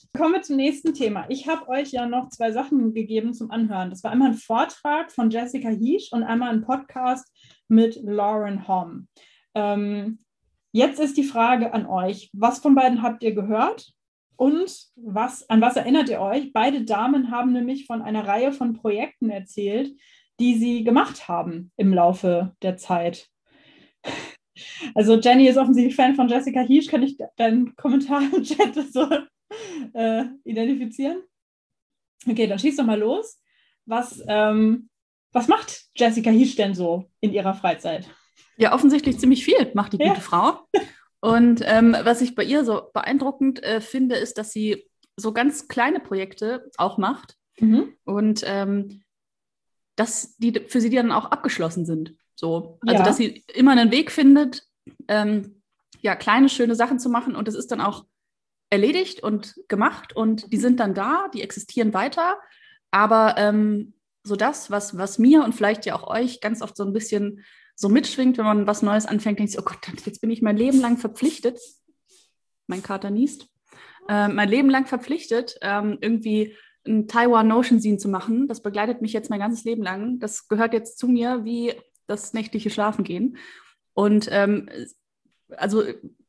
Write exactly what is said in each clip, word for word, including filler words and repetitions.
Kommen wir zum nächsten Thema. Ich habe euch ja noch zwei Sachen gegeben zum Anhören. Das war einmal ein Vortrag von Jessica Hische und einmal ein Podcast mit Lauren Hom. Ähm, jetzt ist die Frage an euch, was von beiden habt ihr gehört und was, an was erinnert ihr euch? Beide Damen haben nämlich von einer Reihe von Projekten erzählt, die sie gemacht haben im Laufe der Zeit. Also Jenny ist offensichtlich Fan von Jessica Hische. Kann ich deinen Kommentar im Chat so äh, identifizieren? Okay, dann schieß doch mal los. Was, ähm, was macht Jessica Hische denn so in ihrer Freizeit? Ja, offensichtlich ziemlich viel macht die gute ja. Frau. Und ähm, was ich bei ihr so beeindruckend äh, finde, ist, dass sie so ganz kleine Projekte auch macht. Mhm. Und ähm, dass die für sie dann auch abgeschlossen sind. So. Also, ja. dass sie immer einen Weg findet, ähm, ja, kleine, schöne Sachen zu machen. Und das ist dann auch erledigt und gemacht. Und die sind dann da, die existieren weiter. Aber ähm, so das, was, was mir und vielleicht ja auch euch ganz oft so ein bisschen so mitschwingt, wenn man was Neues anfängt, denkt sich, oh Gott, jetzt bin ich mein Leben lang verpflichtet. Mein Kater niest. Äh, mein Leben lang verpflichtet, ähm, irgendwie ein Taiwan Notion Scene zu machen. Das begleitet mich jetzt mein ganzes Leben lang. Das gehört jetzt zu mir wie das nächtliche Schlafengehen. Und ähm, also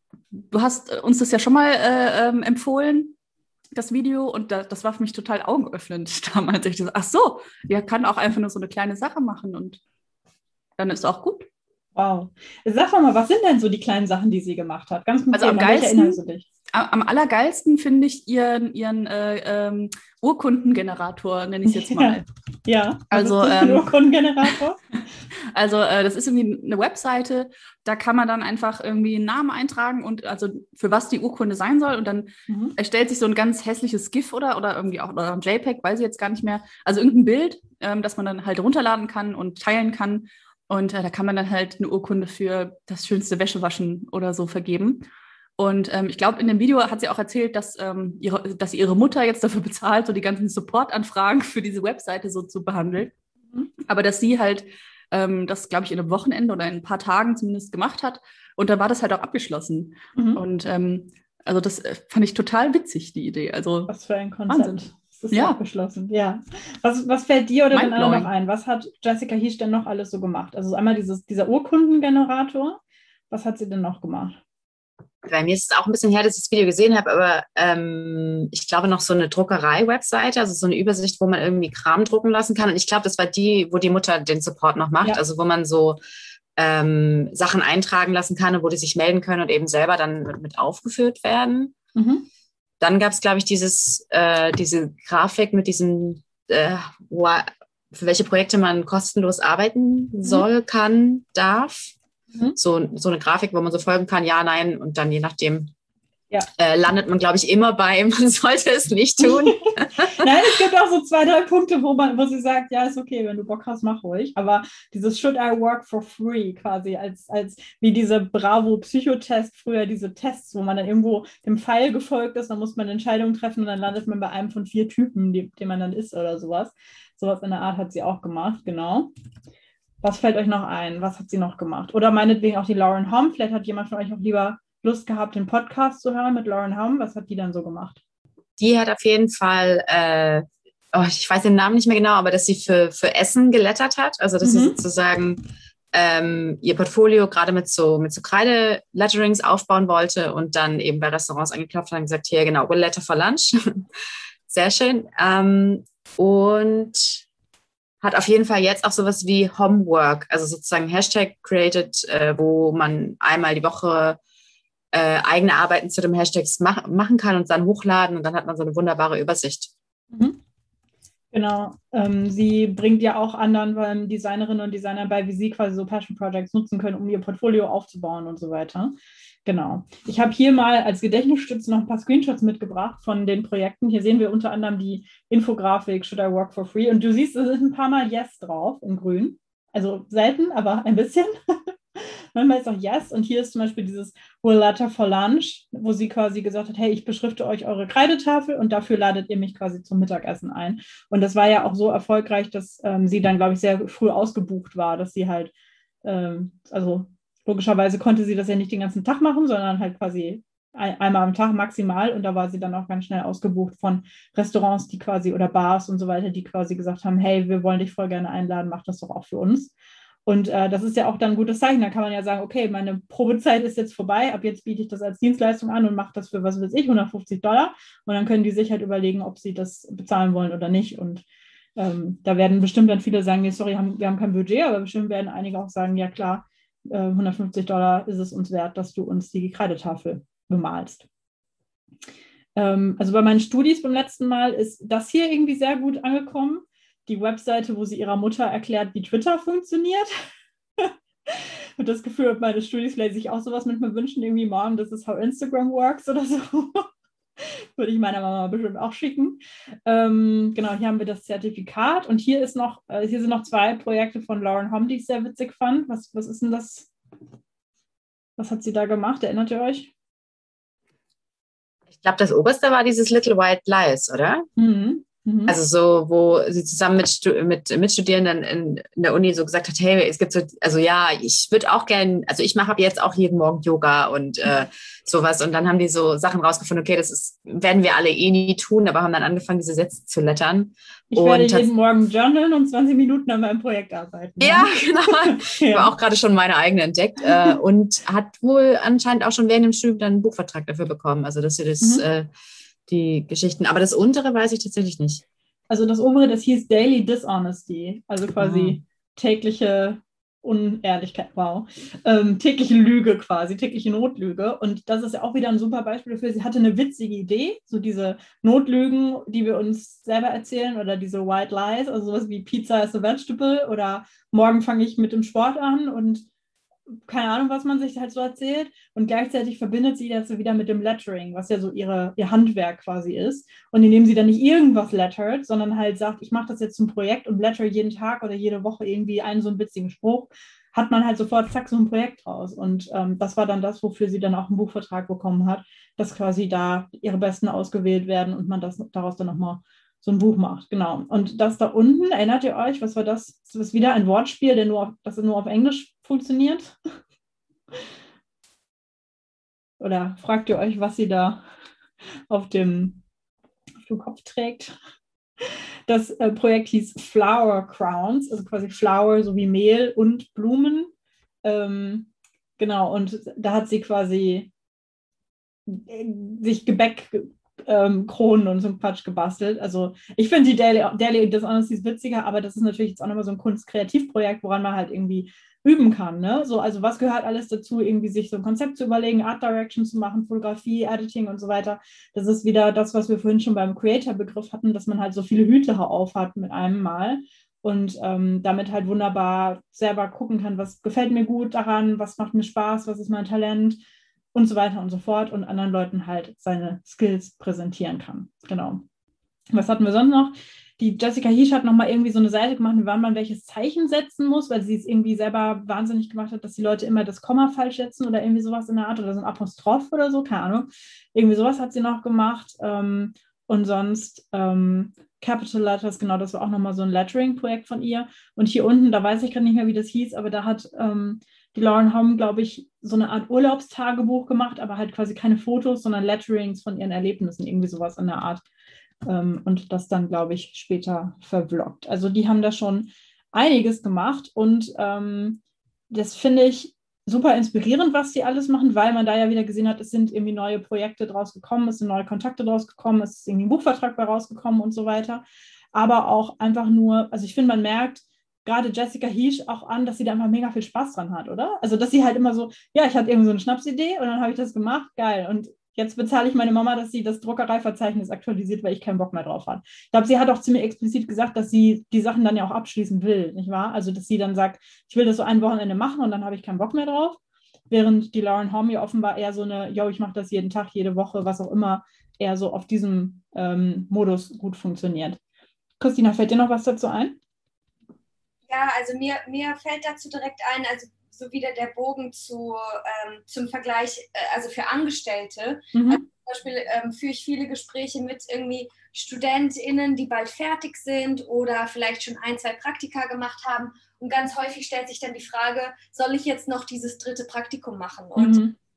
du hast uns das ja schon mal äh, ähm, empfohlen, das Video, und da, das war für mich total augenöffnend damals. Ich dachte, ach so, ja, kann auch einfach nur so eine kleine Sache machen und dann ist auch gut. Wow. Sag doch mal, was sind denn so die kleinen Sachen, die sie gemacht hat? Ganz konkret, also am an welche erinnerst du dich? Am allergeilsten finde ich ihren, ihren äh, ähm, Urkundengenerator, nenne ich es jetzt mal. Ja, ja. Also, was ist das für ein ähm, Urkundengenerator? Also äh, das ist irgendwie eine Webseite, da kann man dann einfach irgendwie einen Namen eintragen und also für was die Urkunde sein soll und dann mhm. erstellt sich so ein ganz hässliches GIF oder, oder irgendwie auch oder ein JPEG, weiß ich jetzt gar nicht mehr. Also irgendein Bild, ähm, das man dann halt runterladen kann und teilen kann und äh, da kann man dann halt eine Urkunde für das schönste Wäschewaschen oder so vergeben. Und ähm, ich glaube, in dem Video hat sie auch erzählt, dass, ähm, ihre, dass sie ihre Mutter jetzt dafür bezahlt, so die ganzen Support-Anfragen für diese Webseite so zu behandeln. Mhm. Aber dass sie halt ähm, das, glaube ich, in einem Wochenende oder in ein paar Tagen zumindest gemacht hat. Und da war das halt auch abgeschlossen. Mhm. Und ähm, also das fand ich total witzig, die Idee. Also, was für ein Konzept. Wahnsinn. Das ist ja abgeschlossen. Ja. Was, was fällt dir oder den anderen noch ein? Was hat Jessica Hische denn noch alles so gemacht? Also einmal dieses, dieser Urkundengenerator. Was hat sie denn noch gemacht? Bei mir ist es auch ein bisschen her, dass ich das Video gesehen habe, aber ähm, ich glaube noch so eine Druckerei-Webseite, also so eine Übersicht, wo man irgendwie Kram drucken lassen kann. Und ich glaube, das war die, wo die Mutter den Support noch macht, ja. Also wo man so ähm, Sachen eintragen lassen kann und wo die sich melden können und eben selber dann mit, mit aufgeführt werden. Mhm. Dann gab es, glaube ich, dieses, äh, diese Grafik mit diesen, äh, wo, für welche Projekte man kostenlos arbeiten soll, mhm. kann, darf. Mhm. So, so eine Grafik, wo man so folgen kann, ja, nein, und dann je nachdem ja. äh, landet man, glaube ich, immer bei, man sollte es nicht tun. Nein, es gibt auch so zwei, drei Punkte, wo man, wo sie sagt, ja, ist okay, wenn du Bock hast, mach ruhig. Aber dieses Should I work for free quasi, als, als wie diese Bravo-Psychotest früher, diese Tests, wo man dann irgendwo dem Pfeil gefolgt ist, dann muss man Entscheidungen treffen und dann landet man bei einem von vier Typen, die, die man dann ist oder sowas. Sowas in der Art hat sie auch gemacht, genau. Was fällt euch noch ein? Was hat sie noch gemacht? Oder meinetwegen auch die Lauren Hom. Vielleicht hat jemand von euch auch lieber Lust gehabt, den Podcast zu hören mit Lauren Hom. Was hat die dann so gemacht? Die hat auf jeden Fall, äh, oh, ich weiß den Namen nicht mehr genau, aber dass sie für, für Essen gelettert hat. Also dass mhm. sie sozusagen ähm, ihr Portfolio gerade mit so, mit so Kreide-Letterings aufbauen wollte und dann eben bei Restaurants angeklopft hat und gesagt, hier genau, we'll letter for lunch. Sehr schön. Ähm, und hat auf jeden Fall jetzt auch sowas wie Homework, also sozusagen Hashtag created, äh, wo man einmal die Woche äh, eigene Arbeiten zu dem Hashtags mach, machen kann und dann hochladen und dann hat man so eine wunderbare Übersicht. Mhm. Genau. Ähm, sie bringt ja auch anderen ähm, Designerinnen und Designern bei, wie sie quasi so Passion Projects nutzen können, um ihr Portfolio aufzubauen und so weiter. Genau. Ich habe hier mal als Gedächtnisstütze noch ein paar Screenshots mitgebracht von den Projekten. Hier sehen wir unter anderem die Infografik Should I Work for Free? Und du siehst, es ist ein paar Mal Yes drauf in grün. Also selten, aber ein bisschen. Manchmal ist auch Yes. Und hier ist zum Beispiel dieses We'll letter for lunch, wo sie quasi gesagt hat, hey, ich beschrifte euch eure Kreidetafel und dafür ladet ihr mich quasi zum Mittagessen ein. Und das war ja auch so erfolgreich, dass ähm, sie dann, glaube ich, sehr früh ausgebucht war, dass sie halt, ähm, also logischerweise konnte sie das ja nicht den ganzen Tag machen, sondern halt quasi ein, einmal am Tag maximal und da war sie dann auch ganz schnell ausgebucht von Restaurants, die quasi oder Bars und so weiter, die quasi gesagt haben, hey, wir wollen dich voll gerne einladen, mach das doch auch für uns. Und äh, das ist ja auch dann ein gutes Zeichen. Da kann man ja sagen, okay, meine Probezeit ist jetzt vorbei, ab jetzt biete ich das als Dienstleistung an und mache das für, was weiß ich, hundertfünfzig Dollar. Und dann können die sich halt überlegen, ob sie das bezahlen wollen oder nicht. Und ähm, da werden bestimmt dann viele sagen, nee, sorry, haben, wir haben kein Budget, aber bestimmt werden einige auch sagen, ja klar, äh, hundertfünfzig Dollar ist es uns wert, dass du uns die Kreidetafel bemalst. Ähm, also bei meinen Studis beim letzten Mal ist das hier irgendwie sehr gut angekommen. Die Webseite, wo sie ihrer Mutter erklärt, wie Twitter funktioniert. Und das Gefühl, meine Studis vielleicht sich auch sowas mit mir wünschen, irgendwie morgen, das ist how Instagram works oder so. Würde ich meiner Mama bestimmt auch schicken. Ähm, genau, hier haben wir das Zertifikat und hier ist noch, äh, hier sind noch zwei Projekte von Lauren Hom, die ich sehr witzig fand. Was, was ist denn das? Was hat sie da gemacht? Erinnert ihr euch? Ich glaube, das oberste war dieses Little White Lies, oder? Mhm. Mhm. Also so, wo sie zusammen mit, mit Mitstudierenden in, in der Uni so gesagt hat, hey, es gibt so, also ja, ich würde auch gerne, also ich mache ab jetzt auch jeden Morgen Yoga und äh, sowas. Und dann haben die so Sachen rausgefunden, okay, das ist, werden wir alle eh nie tun, aber haben dann angefangen, diese Sätze zu lettern. Ich und werde jeden Morgen journalen und zwanzig Minuten an meinem Projekt arbeiten. Ja, ja genau. Ich ja. habe auch gerade schon meine eigene entdeckt äh, und hat wohl anscheinend auch schon während dem Studium dann einen Buchvertrag dafür bekommen. Also dass sie das... Mhm. Äh, die Geschichten. Aber das untere weiß ich tatsächlich nicht. Also das obere, das hieß Daily Dishonesty, also quasi ah. tägliche Unehrlichkeit, wow, ähm, tägliche Lüge quasi, tägliche Notlüge. Und das ist ja auch wieder ein super Beispiel dafür. Sie hatte eine witzige Idee, so diese Notlügen, die wir uns selber erzählen oder diese White Lies, also sowas wie Pizza is a vegetable oder morgen fange ich mit dem Sport an und keine Ahnung, was man sich halt so erzählt. Und gleichzeitig verbindet sie das so wieder mit dem Lettering, was ja so ihre, ihr Handwerk quasi ist. Und indem sie dann nicht irgendwas lettert, sondern halt sagt, ich mache das jetzt zum Projekt und letter jeden Tag oder jede Woche irgendwie einen so einen witzigen Spruch, hat man halt sofort, zack, so ein Projekt raus. Und ähm, das war dann das, wofür sie dann auch einen Buchvertrag bekommen hat, dass quasi da ihre Besten ausgewählt werden und man das daraus dann nochmal so ein Buch macht, genau. Und das da unten, erinnert ihr euch, was war das? Das ist wieder ein Wortspiel, der nur auf, das nur auf Englisch funktioniert? Oder fragt ihr euch, was sie da auf dem, auf dem Kopf trägt? Das äh, Projekt hieß Flower Crowns, also quasi Flower sowie Mehl und Blumen. Ähm, genau, und da hat sie quasi sich Gebäck Ähm, Kronen und so ein Quatsch gebastelt. Also ich finde die Daily, Daily Dishonesty ist witziger, aber das ist natürlich jetzt auch nochmal so ein Kunst-Kreativprojekt, woran man halt irgendwie üben kann. Ne? So, also was gehört alles dazu, irgendwie sich so ein Konzept zu überlegen, Art Direction zu machen, Fotografie, Editing und so weiter. Das ist wieder das, was wir vorhin schon beim Creator-Begriff hatten, dass man halt so viele Hüte auf hat mit einem Mal und ähm, damit halt wunderbar selber gucken kann, was gefällt mir gut daran, was macht mir Spaß, was ist mein Talent und so weiter und so fort und anderen Leuten halt seine Skills präsentieren kann. Genau. Was hatten wir sonst noch? Die Jessica Hische hat nochmal irgendwie so eine Seite gemacht, wann man welches Zeichen setzen muss, weil sie es irgendwie selber wahnsinnig gemacht hat, dass die Leute immer das Komma falsch setzen oder irgendwie sowas in der Art oder so ein Apostroph oder so, keine Ahnung. Irgendwie sowas hat sie noch gemacht. Ähm, und sonst ähm, Capital Letters, genau, das war auch nochmal so ein Lettering-Projekt von ihr. Und hier unten, da weiß ich gerade nicht mehr, wie das hieß, aber da hat ähm, die Lauren Hom, glaube ich, so eine Art Urlaubstagebuch gemacht, aber halt quasi keine Fotos, sondern Letterings von ihren Erlebnissen, irgendwie sowas in der Art. Ähm, und das dann, glaube ich, später vervloggt. Also die haben da schon einiges gemacht und ähm, das finde ich super inspirierend, was die alles machen, weil man da ja wieder gesehen hat, es sind irgendwie neue Projekte draus gekommen, es sind neue Kontakte draus gekommen, es ist irgendwie ein Buchvertrag bei rausgekommen und so weiter. Aber auch einfach nur, also ich finde, man merkt, gerade Jessica Hische auch an, dass sie da einfach mega viel Spaß dran hat, oder? Also, dass sie halt immer so, ja, ich hatte irgendwie so eine Schnapsidee und dann habe ich das gemacht, geil. Und jetzt bezahle ich meine Mama, dass sie das Druckereiverzeichnis aktualisiert, weil ich keinen Bock mehr drauf habe. Ich glaube, sie hat auch ziemlich explizit gesagt, dass sie die Sachen dann ja auch abschließen will, nicht wahr? Also, dass sie dann sagt, ich will das so ein Wochenende machen und dann habe ich keinen Bock mehr drauf. Während die Lauren Hom ja offenbar eher so eine, yo, ich mache das jeden Tag, jede Woche, was auch immer, eher so auf diesem ähm, Modus gut funktioniert. Christina, fällt dir noch was dazu ein? Ja, also mir, mir fällt dazu direkt ein, also so wieder der Bogen zu, ähm, zum Vergleich, äh, also für Angestellte. Mhm. Also zum Beispiel ähm, führe ich viele Gespräche mit irgendwie StudentInnen, die bald fertig sind oder vielleicht schon ein, zwei Praktika gemacht haben. Und ganz häufig stellt sich dann die Frage, soll ich jetzt noch dieses dritte Praktikum machen? Und mhm.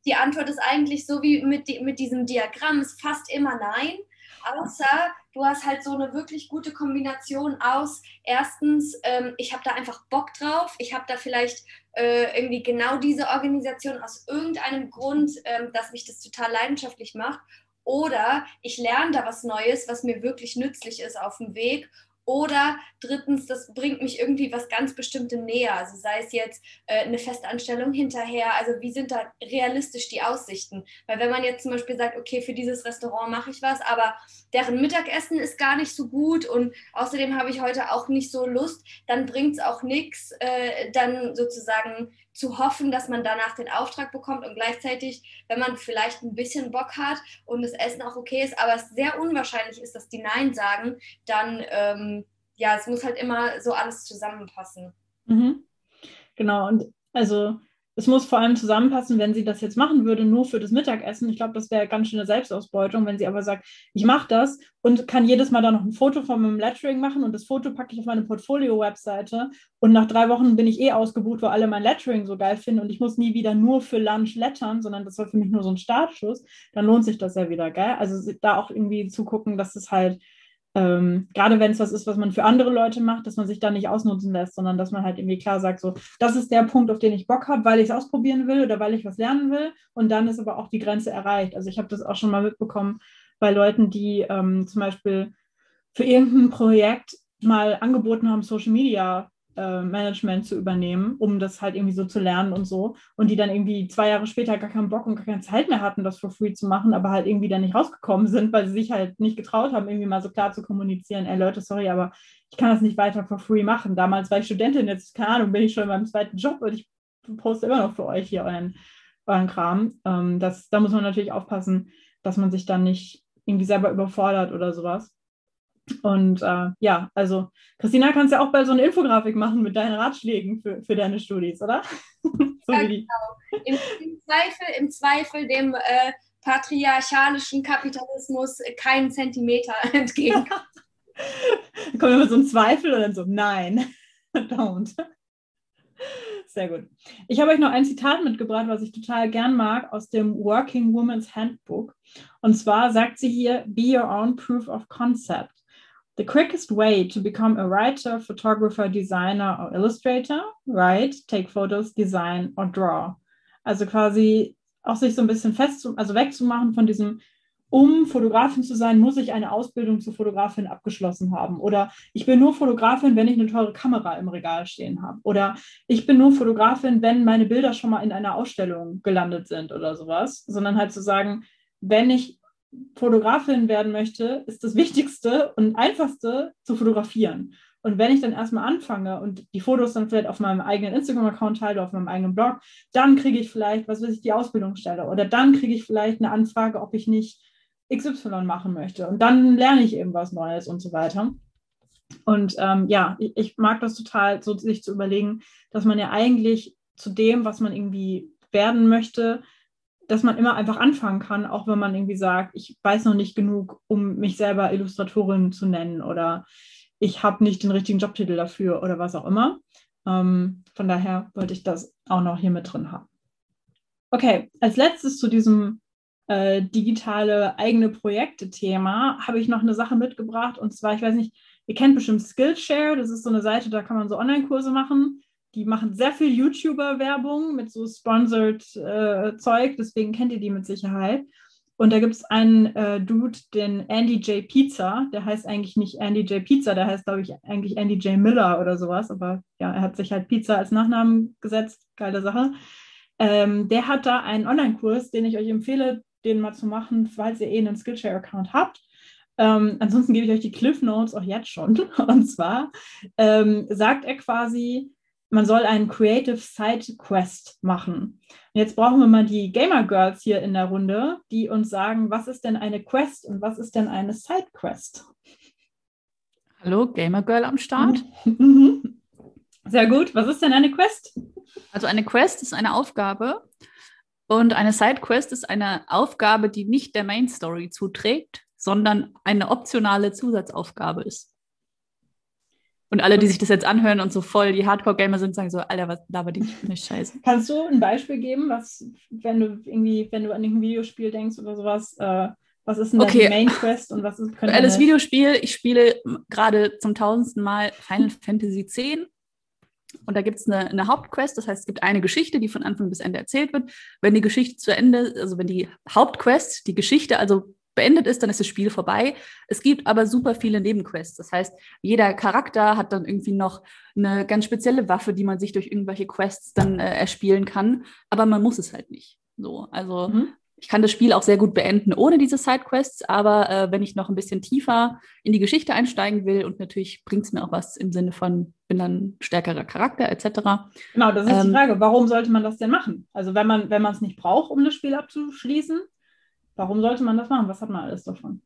die Antwort ist eigentlich so wie mit, die, mit diesem Diagramm, ist fast immer nein. Außer du hast halt so eine wirklich gute Kombination aus, erstens, ähm, ich habe da einfach Bock drauf, ich habe da vielleicht äh, irgendwie genau diese Organisation aus irgendeinem Grund, ähm, dass mich das total leidenschaftlich macht, oder ich lerne da was Neues, was mir wirklich nützlich ist auf dem Weg. Oder drittens, das bringt mich irgendwie was ganz Bestimmtem näher. Also sei es jetzt äh, eine Festanstellung hinterher. Also wie sind da realistisch die Aussichten? Weil wenn man jetzt zum Beispiel sagt, okay, für dieses Restaurant mache ich was, aber deren Mittagessen ist gar nicht so gut und außerdem habe ich heute auch nicht so Lust, dann bringt es auch nichts, äh, dann sozusagen zu hoffen, dass man danach den Auftrag bekommt und gleichzeitig, wenn man vielleicht ein bisschen Bock hat und das Essen auch okay ist, aber es sehr unwahrscheinlich ist, dass die Nein sagen, dann, ähm, ja, es muss halt immer so alles zusammenpassen. Mhm. Genau, und also es muss vor allem zusammenpassen, wenn sie das jetzt machen würde, nur für das Mittagessen. Ich glaube, das wäre ganz schöne Selbstausbeutung, wenn sie aber sagt, ich mache das und kann jedes Mal dann noch ein Foto von meinem Lettering machen und das Foto packe ich auf meine Portfolio-Webseite und nach drei Wochen bin ich eh ausgebucht, weil alle mein Lettering so geil finden und ich muss nie wieder nur für Lunch lettern, sondern das war für mich nur so ein Startschuss, dann lohnt sich das ja wieder, gell? Also da auch irgendwie zugucken, dass es halt Ähm, gerade wenn es was ist, was man für andere Leute macht, dass man sich da nicht ausnutzen lässt, sondern dass man halt irgendwie klar sagt, so, das ist der Punkt, auf den ich Bock habe, weil ich es ausprobieren will oder weil ich was lernen will und dann ist aber auch die Grenze erreicht. Also ich habe das auch schon mal mitbekommen bei Leuten, die ähm, zum Beispiel für irgendein Projekt mal angeboten haben, Social Media äh, Management zu übernehmen, um das halt irgendwie so zu lernen und so. Und die dann irgendwie zwei Jahre später gar keinen Bock und gar keine Zeit mehr hatten, das for free zu machen, aber halt irgendwie dann nicht rausgekommen sind, weil sie sich halt nicht getraut haben, irgendwie mal so klar zu kommunizieren, ey Leute, sorry, aber ich kann das nicht weiter for free machen. Damals war ich Studentin, jetzt, keine Ahnung, bin ich schon in meinem zweiten Job und ich poste immer noch für euch hier euren, euren Kram. Ähm, das, da muss man natürlich aufpassen, dass man sich dann nicht irgendwie selber überfordert oder sowas. Und äh, ja, also Christina, kannst ja auch bald so eine Infografik machen mit deinen Ratschlägen für, für deine Studis, oder? So Ja, wie die. genau. Im, im Zweifel, im Zweifel dem äh, patriarchalischen Kapitalismus keinen Zentimeter entgegen. Dann kommt immer so ein Zweifel und dann so, nein, don't. Sehr gut. Ich habe euch noch ein Zitat mitgebracht, was ich total gern mag, aus dem Working Woman's Handbook. Und zwar sagt sie hier, be your own proof of concept. The quickest way to become a writer, photographer, designer or illustrator, write, take photos, design or draw. Also quasi auch sich so ein bisschen fest, also wegzumachen von diesem, um Fotografin zu sein, muss ich eine Ausbildung zur Fotografin abgeschlossen haben. Oder ich bin nur Fotografin, wenn ich eine teure Kamera im Regal stehen habe. Oder ich bin nur Fotografin, wenn meine Bilder schon mal in einer Ausstellung gelandet sind oder sowas. Sondern halt zu sagen, wenn ich Fotografin werden möchte, ist das Wichtigste und Einfachste zu fotografieren. Und wenn ich dann erstmal anfange und die Fotos dann vielleicht auf meinem eigenen Instagram-Account teile, auf meinem eigenen Blog, dann kriege ich vielleicht, was weiß ich, die Ausbildungsstelle. Oder dann kriege ich vielleicht eine Anfrage, ob ich nicht X Y machen möchte. Und dann lerne ich eben was Neues und so weiter. Und ähm, ja, ich, ich mag das total, so sich zu überlegen, dass man ja eigentlich zu dem, was man irgendwie werden möchte, dass man immer einfach anfangen kann, auch wenn man irgendwie sagt, ich weiß noch nicht genug, um mich selber Illustratorin zu nennen oder ich habe nicht den richtigen Jobtitel dafür oder was auch immer. Ähm, von daher wollte ich das auch noch hier mit drin haben. Okay, als letztes zu diesem äh, digitale eigene Projekte-Thema habe ich noch eine Sache mitgebracht und zwar, ich weiß nicht, ihr kennt bestimmt Skillshare, das ist so eine Seite, da kann man so Online-Kurse machen. Die machen sehr viel YouTuber-Werbung mit so sponsored äh, Zeug, deswegen kennt ihr die mit Sicherheit. Und da gibt es einen äh, Dude, den Andy J. Pizza, der heißt eigentlich nicht Andy J. Pizza, der heißt, glaube ich, eigentlich Andy J. Miller oder sowas, aber ja, er hat sich halt Pizza als Nachnamen gesetzt, geile Sache. Ähm, der hat da einen Online-Kurs, den ich euch empfehle, den mal zu machen, falls ihr eh einen Skillshare-Account habt. Ähm, ansonsten gebe ich euch die Cliff Notes auch jetzt schon. Und zwar ähm, sagt er quasi, man soll einen Creative Side Quest machen. Und jetzt brauchen wir mal die Gamer Girls hier in der Runde, die uns sagen, was ist denn eine Quest und was ist denn eine Side Quest? Hallo, Gamer Girl am Start. Sehr gut. Was ist denn eine Quest? Also eine Quest ist eine Aufgabe und eine Side Quest ist eine Aufgabe, die nicht der Main Story zuträgt, sondern eine optionale Zusatzaufgabe ist. Und alle, die sich das jetzt anhören und so voll die Hardcore-Gamer sind, sagen so, Alter, was labert die für eine Scheiße. Kannst du ein Beispiel geben, was, wenn du irgendwie, wenn du an ein Videospiel denkst oder sowas, äh, was ist denn da okay. die Main Quest und was ist könnte Alles Videospiel, ich spiele gerade zum tausendsten Mal Final Fantasy X. Und da gibt es eine, eine Hauptquest, das heißt, es gibt eine Geschichte, die von Anfang bis Ende erzählt wird. Wenn die Geschichte zu Ende, also wenn die Hauptquest, die Geschichte also beendet ist, dann ist das Spiel vorbei. Es gibt aber super viele Nebenquests. Das heißt, jeder Charakter hat dann irgendwie noch eine ganz spezielle Waffe, die man sich durch irgendwelche Quests dann äh, erspielen kann. Aber man muss es halt nicht. So, also mhm. ich kann das Spiel auch sehr gut beenden ohne diese Sidequests. Aber äh, wenn ich noch ein bisschen tiefer in die Geschichte einsteigen will und natürlich bringt es mir auch was im Sinne von, bin dann ein stärkerer Charakter et cetera. Genau, das ist ähm, die Frage. Warum sollte man das denn machen? Also wenn man wenn man es nicht braucht, um das Spiel abzuschließen, warum sollte man das machen? Was hat man alles davon?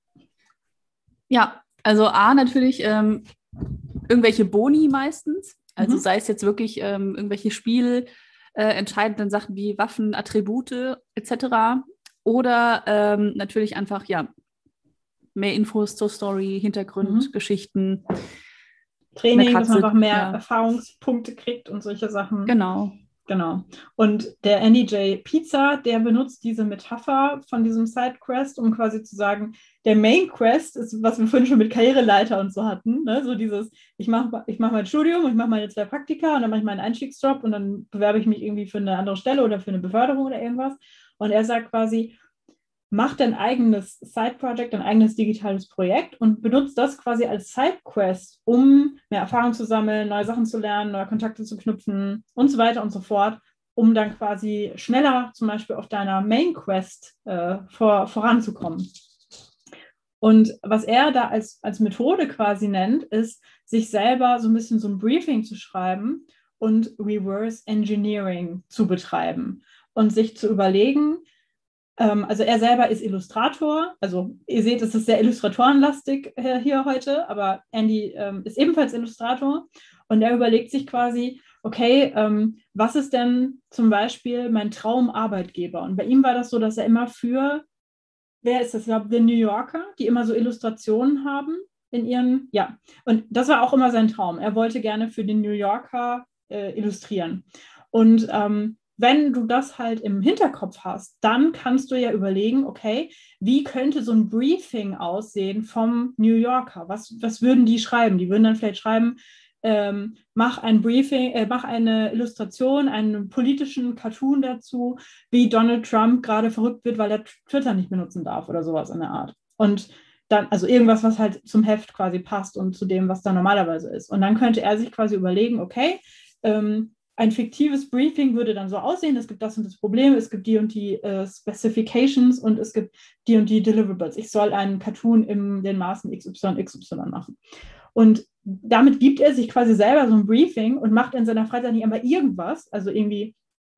Ja, also A, natürlich ähm, irgendwelche Boni meistens. Also mhm. sei es jetzt wirklich ähm, irgendwelche spielentscheidenden äh, Sachen wie Waffen, Attribute et cetera. Oder ähm, natürlich einfach, ja, mehr Infos zur Story, Hintergrund, mhm. Geschichten. Training, dass man einfach mehr ja. Erfahrungspunkte kriegt und solche Sachen. Genau. Genau. Und der Andy J. Pizza, der benutzt diese Metapher von diesem Sidequest, um quasi zu sagen, der Main Quest ist, was wir vorhin schon mit Karriereleiter und so hatten, ne? So dieses, ich mache ich mach mein Studium, ich mache meine zwei Praktika und dann mache ich meinen Einstiegsjob und dann bewerbe ich mich irgendwie für eine andere Stelle oder für eine Beförderung oder irgendwas. Und er sagt quasi, mach dein eigenes Side-Project, dein eigenes digitales Projekt und benutzt das quasi als Side-Quest, um mehr Erfahrung zu sammeln, neue Sachen zu lernen, neue Kontakte zu knüpfen und so weiter und so fort, um dann quasi schneller zum Beispiel auf deiner Main-Quest äh, vor, voranzukommen. Und was er da als, als Methode quasi nennt, ist, sich selber so ein bisschen so ein Briefing zu schreiben und Reverse Engineering zu betreiben und sich zu überlegen, also er selber ist Illustrator, also ihr seht, es ist sehr illustratorenlastig äh, hier heute, aber Andy ähm, ist ebenfalls Illustrator und er überlegt sich quasi, okay, ähm, was ist denn zum Beispiel mein Traumarbeitgeber? Und bei ihm war das so, dass er immer für, wer ist das, ich glaube, The New Yorker, die immer so Illustrationen haben in ihren, ja, und das war auch immer sein Traum. Er wollte gerne für den New Yorker äh, illustrieren. Und ähm, wenn du das halt im Hinterkopf hast, dann kannst du ja überlegen, okay, wie könnte so ein Briefing aussehen vom New Yorker? Was, was würden die schreiben? Die würden dann vielleicht schreiben, ähm, mach ein Briefing, äh, mach eine Illustration, einen politischen Cartoon dazu, wie Donald Trump gerade verrückt wird, weil er Twitter nicht benutzen darf oder sowas in der Art. Und dann, also irgendwas, was halt zum Heft quasi passt und zu dem, was da normalerweise ist. Und dann könnte er sich quasi überlegen, okay, ähm, ein fiktives Briefing würde dann so aussehen, es gibt das und das Problem, es gibt die und die äh, Specifications und es gibt die und die Deliverables. Ich soll einen Cartoon in den Maßen X Y, X Y machen. Und damit gibt er sich quasi selber so ein Briefing und macht in seiner Freizeit nicht einmal irgendwas, also irgendwie,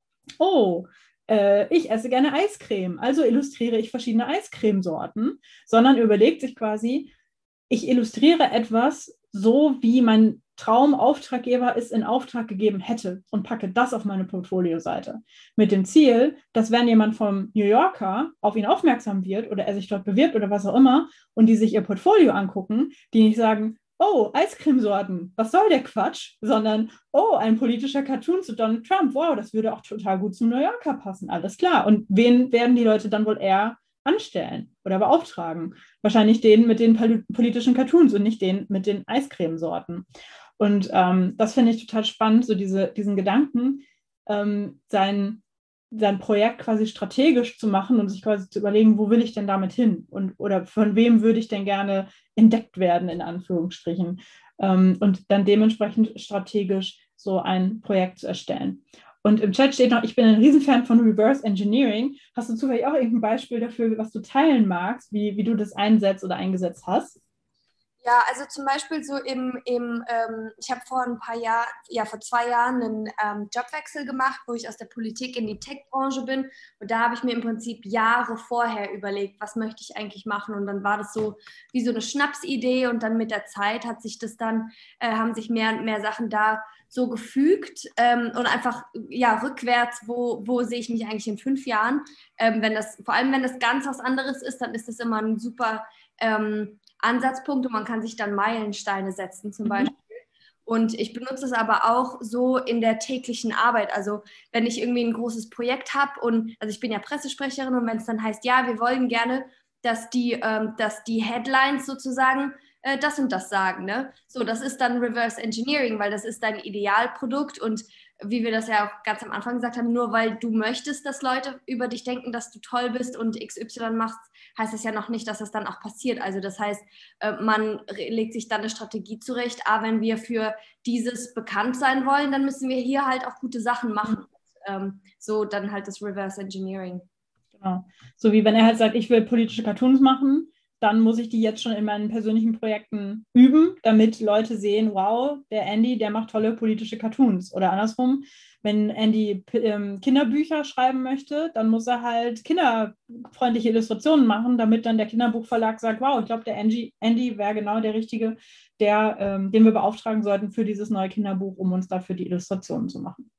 oh, äh, ich esse gerne Eiscreme, also illustriere ich verschiedene Eiscremesorten, sondern überlegt sich quasi, ich illustriere etwas so, wie mein Traumauftraggeber es in Auftrag gegeben hätte und packe das auf meine Portfolioseite. Mit dem Ziel, dass wenn jemand vom New Yorker auf ihn aufmerksam wird oder er sich dort bewirbt oder was auch immer und die sich ihr Portfolio angucken, die nicht sagen, oh, Eiscremesorten, was soll der Quatsch, sondern, oh, ein politischer Cartoon zu Donald Trump, wow, das würde auch total gut zum New Yorker passen, alles klar. Und wen werden die Leute dann wohl eher anstellen oder beauftragen? Wahrscheinlich den mit den politischen Cartoons und nicht den mit den Eiscremesorten. Und ähm, das finde ich total spannend, so diese, diesen Gedanken, ähm, sein, sein Projekt quasi strategisch zu machen und sich quasi zu überlegen, wo will ich denn damit hin? Und, oder von wem würde ich denn gerne entdeckt werden, in Anführungsstrichen? Ähm, und dann dementsprechend strategisch so ein Projekt zu erstellen. Und im Chat steht noch, ich bin ein Riesenfan von Reverse Engineering. Hast du zufällig auch irgendein Beispiel dafür, was du teilen magst, wie, wie du das einsetzt oder eingesetzt hast? Ja, also zum Beispiel so im, im ähm, ich habe vor ein paar Jahren, ja vor zwei Jahren einen ähm, Jobwechsel gemacht, wo ich aus der Politik in die Tech-Branche bin. Und da habe ich mir im Prinzip Jahre vorher überlegt, was möchte ich eigentlich machen. Und dann war das so wie so eine Schnapsidee. Und dann mit der Zeit hat sich das dann, äh, haben sich mehr und mehr Sachen da so gefügt ähm, und einfach ja rückwärts, wo, wo sehe ich mich eigentlich in fünf Jahren. Ähm, wenn das, vor allem wenn das ganz was anderes ist, dann ist das immer ein super ähm, Ansatzpunkt und man kann sich dann Meilensteine setzen zum Beispiel. Und ich benutze es aber auch so in der täglichen Arbeit. Also wenn ich irgendwie ein großes Projekt habe und, also ich bin ja Pressesprecherin und wenn es dann heißt, ja, wir wollen gerne, dass die, ähm, dass die Headlines sozusagen äh, das und das sagen, ne? So, das ist dann Reverse Engineering, weil das ist dein Idealprodukt und wie wir das ja auch ganz am Anfang gesagt haben, nur weil du möchtest, dass Leute über dich denken, dass du toll bist und X Y machst, heißt das ja noch nicht, dass das dann auch passiert. Also das heißt, man legt sich dann eine Strategie zurecht, ah, wenn wir für dieses bekannt sein wollen, dann müssen wir hier halt auch gute Sachen machen. Und, ähm, so dann halt das Reverse Engineering. Genau. So wie wenn er halt sagt, ich will politische Cartoons machen, dann muss ich die jetzt schon in meinen persönlichen Projekten üben, damit Leute sehen, wow, der Andy, der macht tolle politische Cartoons. Oder andersrum, wenn Andy ähm, Kinderbücher schreiben möchte, dann muss er halt kinderfreundliche Illustrationen machen, damit dann der Kinderbuchverlag sagt, wow, ich glaube, der Andy, Andy wäre genau der Richtige, der, ähm, den wir beauftragen sollten für dieses neue Kinderbuch, um uns dafür die Illustrationen zu machen.